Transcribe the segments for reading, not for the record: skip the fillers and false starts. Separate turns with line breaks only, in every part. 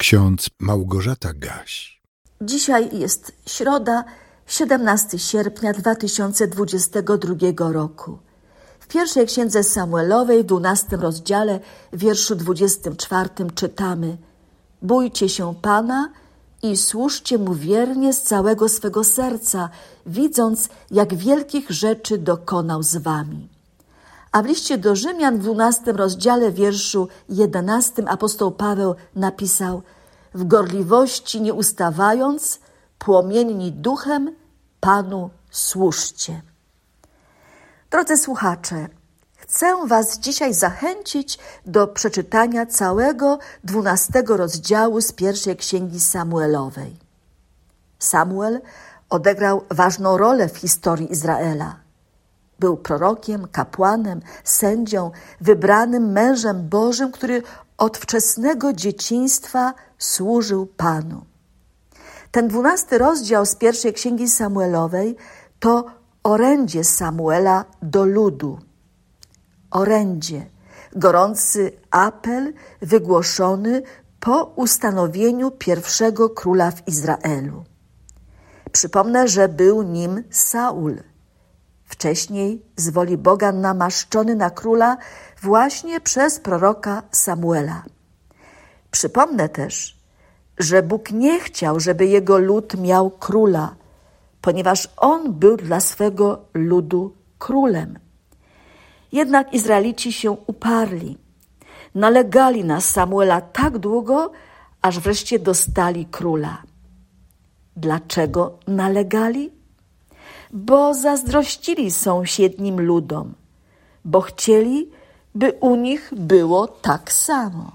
ksiądz Małgorzata Gaś.
Dzisiaj jest środa, 17 sierpnia 2022 roku. W pierwszej księdze Samuelowej, w 12 rozdziale, w wierszu 24 czytamy: Bójcie się Pana i służcie Mu wiernie z całego swego serca, widząc, jak wielkich rzeczy dokonał z wami. A w liście do Rzymian w 12 rozdziale, w wierszu 11 apostoł Paweł napisał: w gorliwości nie ustawając, płomienni duchem, Panu służcie. Drodzy słuchacze, chcę was dzisiaj zachęcić do przeczytania całego 12 rozdziału z pierwszej księgi Samuelowej. Samuel odegrał ważną rolę w historii Izraela. Był prorokiem, kapłanem, sędzią, wybranym mężem Bożym, który od wczesnego dzieciństwa służył Panu. Ten 12 rozdział z pierwszej księgi Samuelowej to orędzie Samuela do ludu. Orędzie, gorący apel wygłoszony po ustanowieniu pierwszego króla w Izraelu. Przypomnę, że był nim Saul, wcześniej z woli Boga namaszczony na króla właśnie przez proroka Samuela. Przypomnę też, że Bóg nie chciał, żeby jego lud miał króla, ponieważ on był dla swego ludu królem. Jednak Izraelici się uparli. Nalegali na Samuela tak długo, aż wreszcie dostali króla. Dlaczego nalegali? Bo zazdrościli sąsiednim ludom, bo chcieli, by u nich było tak samo.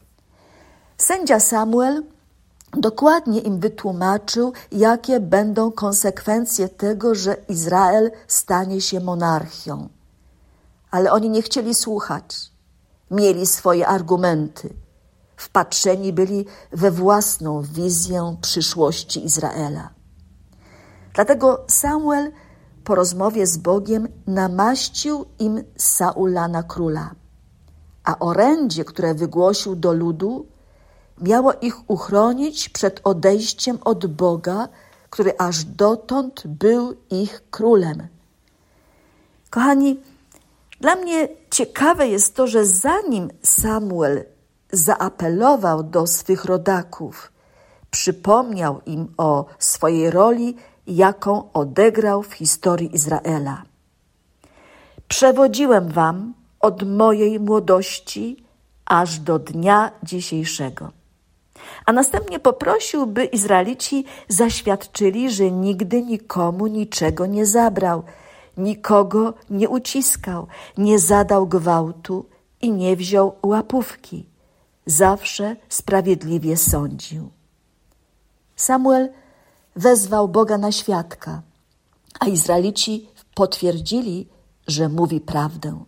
Sędzia Samuel dokładnie im wytłumaczył, jakie będą konsekwencje tego, że Izrael stanie się monarchią. Ale oni nie chcieli słuchać. Mieli swoje argumenty. Wpatrzeni byli we własną wizję przyszłości Izraela. Dlatego Samuel po rozmowie z Bogiem namaścił im Saula na króla, a orędzie, które wygłosił do ludu, miało ich uchronić przed odejściem od Boga, który aż dotąd był ich królem. Kochani, dla mnie ciekawe jest to, że zanim Samuel zaapelował do swych rodaków, przypomniał im o swojej roli, jaką odegrał w historii Izraela. Przewodziłem wam od mojej młodości aż do dnia dzisiejszego. A następnie poprosił, by Izraelici zaświadczyli, że nigdy nikomu niczego nie zabrał, nikogo nie uciskał, nie zadał gwałtu i nie wziął łapówki. Zawsze sprawiedliwie sądził. Samuel wezwał Boga na świadka, a Izraelici potwierdzili, że mówi prawdę.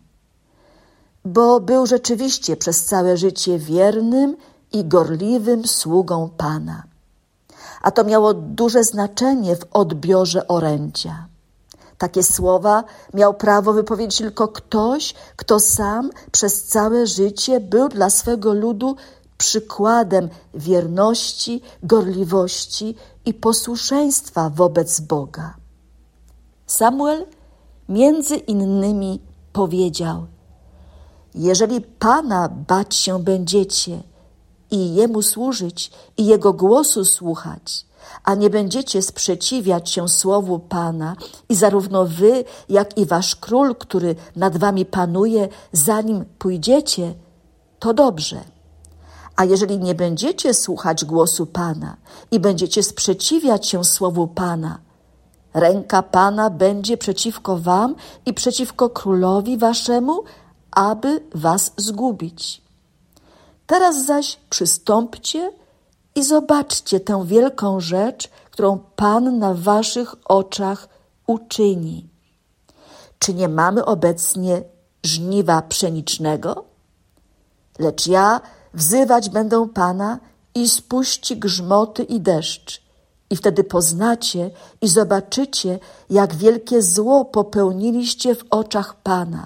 Bo był rzeczywiście przez całe życie wiernym i gorliwym sługą Pana. A to miało duże znaczenie w odbiorze orędzia. Takie słowa miał prawo wypowiedzieć tylko ktoś, kto sam przez całe życie był dla swego ludu przykładem wierności, gorliwości i posłuszeństwa wobec Boga. Samuel między innymi powiedział: jeżeli Pana bać się będziecie i Jemu służyć i Jego głosu słuchać, a nie będziecie sprzeciwiać się słowu Pana i zarówno wy, jak i wasz król, który nad wami panuje, zanim pójdziecie, to dobrze. A jeżeli nie będziecie słuchać głosu Pana i będziecie sprzeciwiać się słowu Pana, ręka Pana będzie przeciwko wam i przeciwko królowi waszemu, aby was zgubić. Teraz zaś przystąpcie i zobaczcie tę wielką rzecz, którą Pan na waszych oczach uczyni. Czy nie mamy obecnie żniwa pszenicznego? Lecz ja wzywać będę Pana i spuści grzmoty i deszcz. I wtedy poznacie i zobaczycie, jak wielkie zło popełniliście w oczach Pana,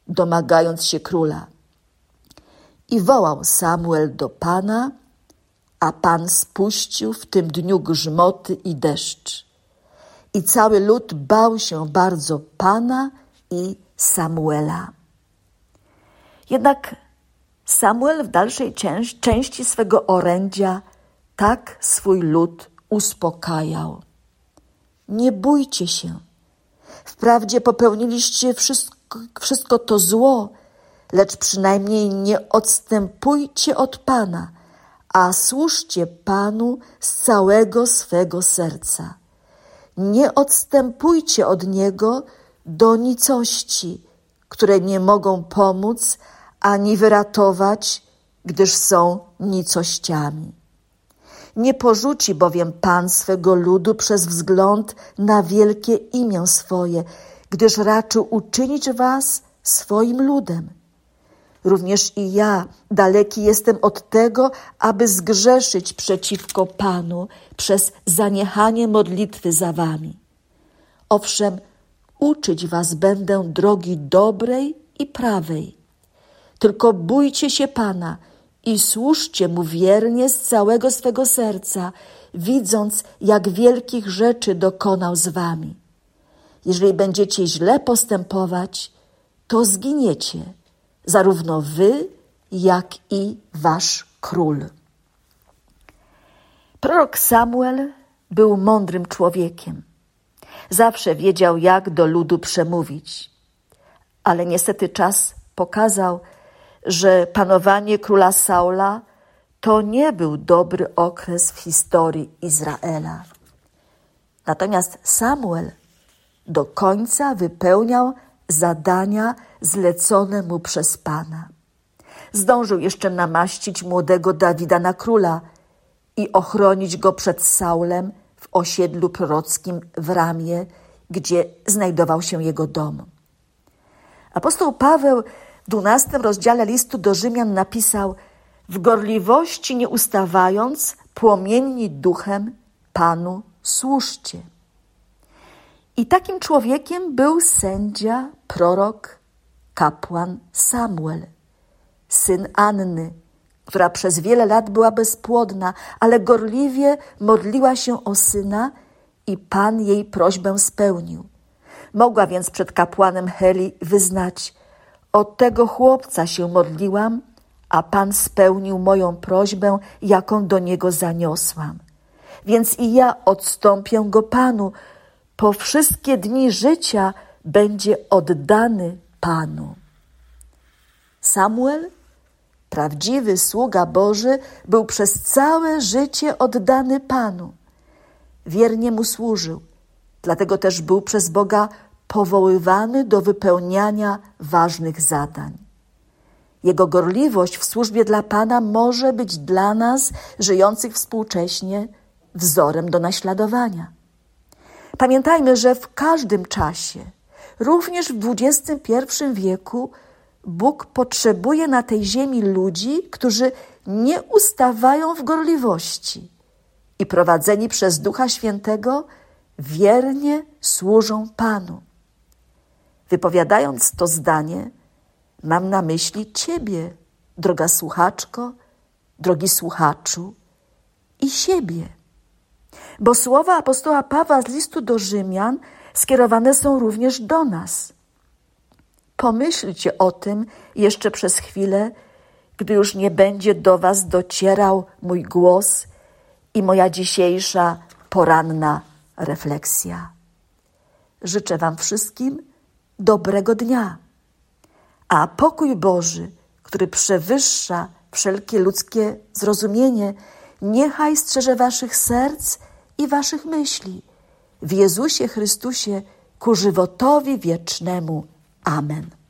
domagając się króla. I wołał Samuel do Pana, a Pan spuścił w tym dniu grzmoty i deszcz. I cały lud bał się bardzo Pana i Samuela. Jednak Samuel w dalszej części swego orędzia tak swój lud uspokajał. Nie bójcie się. Wprawdzie popełniliście wszystko to zło, lecz przynajmniej nie odstępujcie od Pana, a służcie Panu z całego swego serca. Nie odstępujcie od Niego do nicości, które nie mogą pomóc ani wyratować, gdyż są nicościami. Nie porzuci bowiem Pan swego ludu przez wzgląd na wielkie imię swoje, gdyż raczył uczynić was swoim ludem. Również i ja daleki jestem od tego, aby zgrzeszyć przeciwko Panu przez zaniechanie modlitwy za wami. Owszem, uczyć was będę drogi dobrej i prawej. Tylko bójcie się Pana i służcie Mu wiernie z całego swego serca, widząc, jak wielkich rzeczy dokonał z wami. Jeżeli będziecie źle postępować, to zginiecie, zarówno wy, jak i wasz król. Prorok Samuel był mądrym człowiekiem. Zawsze wiedział, jak do ludu przemówić. Ale niestety czas pokazał, że panowanie króla Saula to nie był dobry okres w historii Izraela. Natomiast Samuel do końca wypełniał zadania zlecone mu przez Pana. Zdążył jeszcze namaścić młodego Dawida na króla i ochronić go przed Saulem w osiedlu prorockim w Ramie, gdzie znajdował się jego dom. Apostoł Paweł w 12 rozdziale listu do Rzymian napisał: w gorliwości nie ustawając, płomienni duchem, Panu służcie. I takim człowiekiem był sędzia, prorok, kapłan Samuel, syn Anny, która przez wiele lat była bezpłodna, ale gorliwie modliła się o syna i Pan jej prośbę spełnił. Mogła więc przed kapłanem Heli wyznać: o tego chłopca się modliłam, a Pan spełnił moją prośbę, jaką do niego zaniosłam. Więc i ja odstąpię go Panu, po wszystkie dni życia będzie oddany Panu. Samuel, prawdziwy sługa Boży, był przez całe życie oddany Panu. Wiernie mu służył, dlatego też był przez Boga powoływany do wypełniania ważnych zadań. Jego gorliwość w służbie dla Pana może być dla nas, żyjących współcześnie, wzorem do naśladowania. Pamiętajmy, że w każdym czasie, również w XXI wieku, Bóg potrzebuje na tej ziemi ludzi, którzy nie ustawają w gorliwości i prowadzeni przez Ducha Świętego wiernie służą Panu. Wypowiadając to zdanie, mam na myśli Ciebie, droga słuchaczko, drogi słuchaczu, i siebie. Bo słowa apostoła Pawła z listu do Rzymian skierowane są również do nas. Pomyślcie o tym jeszcze przez chwilę, gdy już nie będzie do was docierał mój głos i moja dzisiejsza poranna refleksja. Życzę wam wszystkim dobrego dnia, a pokój Boży, który przewyższa wszelkie ludzkie zrozumienie, niechaj strzeże waszych serc i waszych myśli w Jezusie Chrystusie ku żywotowi wiecznemu. Amen.